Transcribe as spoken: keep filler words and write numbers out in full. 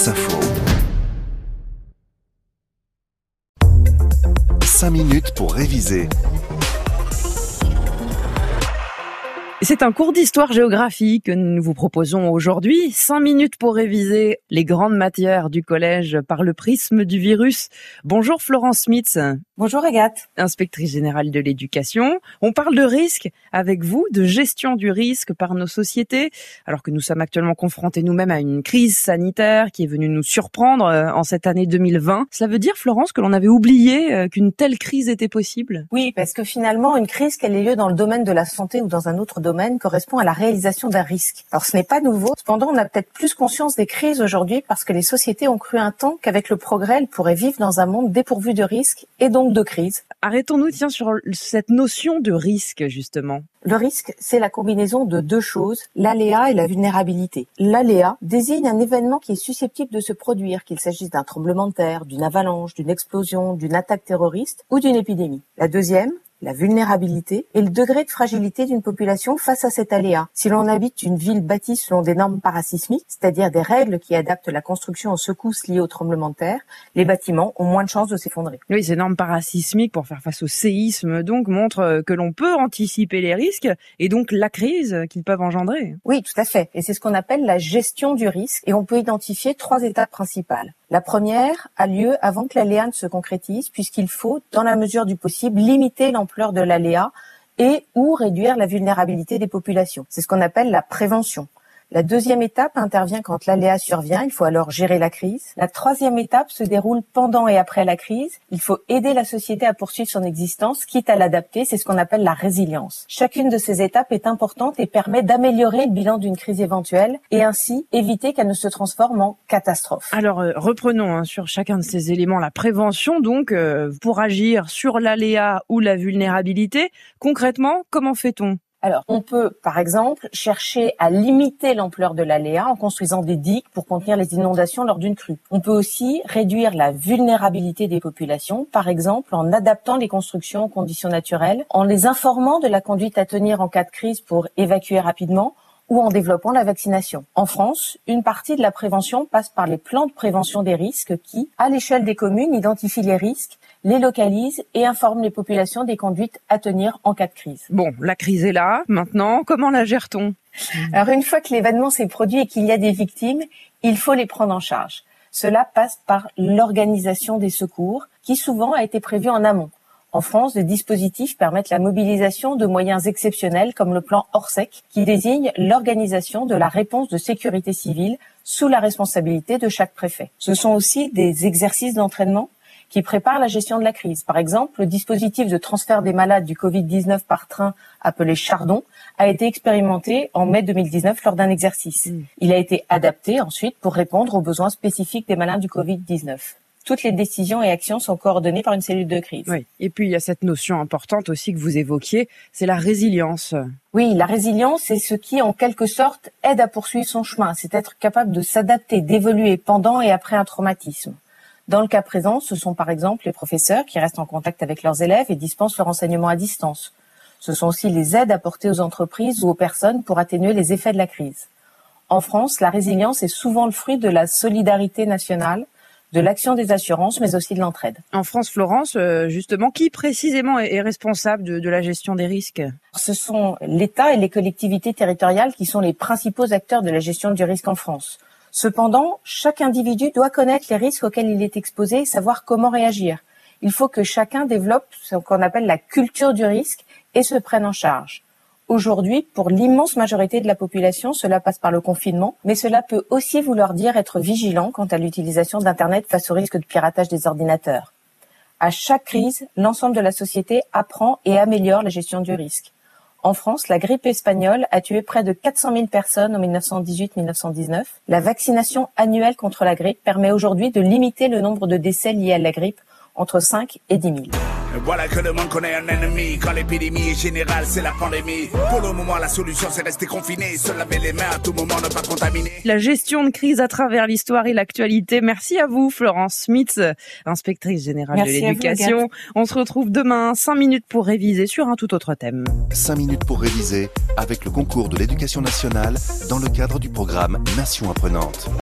France Info. cinq minutes pour réviser. C'est un cours d'histoire-géographie que nous vous proposons aujourd'hui. Cinq minutes pour réviser les grandes matières du collège par le prisme du virus. Bonjour Florence Smits. Bonjour Agathe. Inspectrice générale de l'éducation. On parle de risque avec vous, de gestion du risque par nos sociétés, alors que nous sommes actuellement confrontés nous-mêmes à une crise sanitaire qui est venue nous surprendre en cette année deux mille vingt. Cela veut dire, Florence, que l'on avait oublié qu'une telle crise était possible? Oui, parce que finalement, une crise, qu'elle ait lieu dans le domaine de la santé ou dans un autre domaine, correspond à la réalisation d'un risque. Alors ce n'est pas nouveau, cependant on a peut-être plus conscience des crises aujourd'hui parce que les sociétés ont cru un temps qu'avec le progrès, elles pourraient vivre dans un monde dépourvu de risques et donc de crises. Arrêtons-nous tiens sur cette notion de risque justement. Le risque, c'est la combinaison de deux choses, l'aléa et la vulnérabilité. L'aléa désigne un événement qui est susceptible de se produire, qu'il s'agisse d'un tremblement de terre, d'une avalanche, d'une explosion, d'une attaque terroriste ou d'une épidémie. La deuxième, la vulnérabilité et le degré de fragilité d'une population face à cet aléa. Si l'on habite une ville bâtie selon des normes parasismiques, c'est-à-dire des règles qui adaptent la construction aux secousses liées au tremblement de terre, les bâtiments ont moins de chances de s'effondrer. Oui, ces normes parasismiques pour faire face au séisme donc montrent que l'on peut anticiper les risques et donc la crise qu'ils peuvent engendrer. Oui, tout à fait. Et c'est ce qu'on appelle la gestion du risque et on peut identifier trois étapes principales. La première a lieu avant que l'aléa ne se concrétise puisqu'il faut, dans la mesure du possible, limiter l'ampleur de l'aléa et ou réduire la vulnérabilité des populations. C'est ce qu'on appelle la prévention. La deuxième étape intervient quand l'aléa survient, il faut alors gérer la crise. La troisième étape se déroule pendant et après la crise. Il faut aider la société à poursuivre son existence, quitte à l'adapter, c'est ce qu'on appelle la résilience. Chacune de ces étapes est importante et permet d'améliorer le bilan d'une crise éventuelle et ainsi éviter qu'elle ne se transforme en catastrophe. Alors euh, reprenons hein, sur chacun de ces éléments la prévention donc euh, pour agir sur l'aléa ou la vulnérabilité. Concrètement, comment fait-on ? Alors, on peut, par exemple, chercher à limiter l'ampleur de l'aléa en construisant des digues pour contenir les inondations lors d'une crue. On peut aussi réduire la vulnérabilité des populations, par exemple en adaptant les constructions aux conditions naturelles, en les informant de la conduite à tenir en cas de crise pour évacuer rapidement, ou en développant la vaccination. En France, une partie de la prévention passe par les plans de prévention des risques qui, à l'échelle des communes, identifient les risques, les localisent et informent les populations des conduites à tenir en cas de crise. Bon, la crise est là. Maintenant, comment la gère-t-on ? Alors, une fois que l'événement s'est produit et qu'il y a des victimes, il faut les prendre en charge. Cela passe par l'organisation des secours, qui souvent a été prévue en amont. En France, des dispositifs permettent la mobilisation de moyens exceptionnels comme le plan Orsec, qui désigne l'organisation de la réponse de sécurité civile sous la responsabilité de chaque préfet. Ce sont aussi des exercices d'entraînement qui préparent la gestion de la crise. Par exemple, le dispositif de transfert des malades du covid dix-neuf par train, appelé Chardon, a été expérimenté en mai deux mille dix-neuf lors d'un exercice. Mmh. Il a été adapté ensuite pour répondre aux besoins spécifiques des malades du covid dix-neuf. Toutes les décisions et actions sont coordonnées par une cellule de crise. Oui. Et puis, il y a cette notion importante aussi que vous évoquiez, c'est la résilience. Oui, la résilience, c'est ce qui, en quelque sorte, aide à poursuivre son chemin. C'est être capable de s'adapter, d'évoluer pendant et après un traumatisme. Dans le cas présent, ce sont par exemple les professeurs qui restent en contact avec leurs élèves et dispensent leur enseignement à distance. Ce sont aussi les aides apportées aux entreprises ou aux personnes pour atténuer les effets de la crise. En France, la résilience est souvent le fruit de la solidarité nationale, de l'action des assurances, mais aussi de l'entraide. En France, Florence, justement, qui précisément est responsable de, de la gestion des risques ? Ce sont l'État et les collectivités territoriales qui sont les principaux acteurs de la gestion du risque en France. Cependant, chaque individu doit connaître les risques auxquels il est exposé et savoir comment réagir. Il faut que chacun développe ce qu'on appelle la culture du risque et se prenne en charge. Aujourd'hui, pour l'immense majorité de la population, cela passe par le confinement, mais cela peut aussi vouloir dire être vigilant quant à l'utilisation d'Internet face au risque de piratage des ordinateurs. À chaque crise, l'ensemble de la société apprend et améliore la gestion du risque. En France, la grippe espagnole a tué près de quatre cent mille personnes en mille neuf cent dix-huit mille neuf cent dix-neuf. La vaccination annuelle contre la grippe permet aujourd'hui de limiter le nombre de décès liés à la grippe entre cinq et dix mille. Voilà que le monde connaît un ennemi. Quand l'épidémie est générale, c'est la pandémie. Pour le moment, la solution, c'est rester confiné. Se laver les mains à tout moment, ne pas contaminer. La gestion de crise à travers l'histoire et l'actualité. Merci à vous, Florence Smits, inspectrice générale Merci de l'éducation. Vous, On se retrouve demain, cinq minutes pour réviser sur un tout autre thème. cinq minutes pour réviser avec le concours de l'éducation nationale dans le cadre du programme Nation apprenante.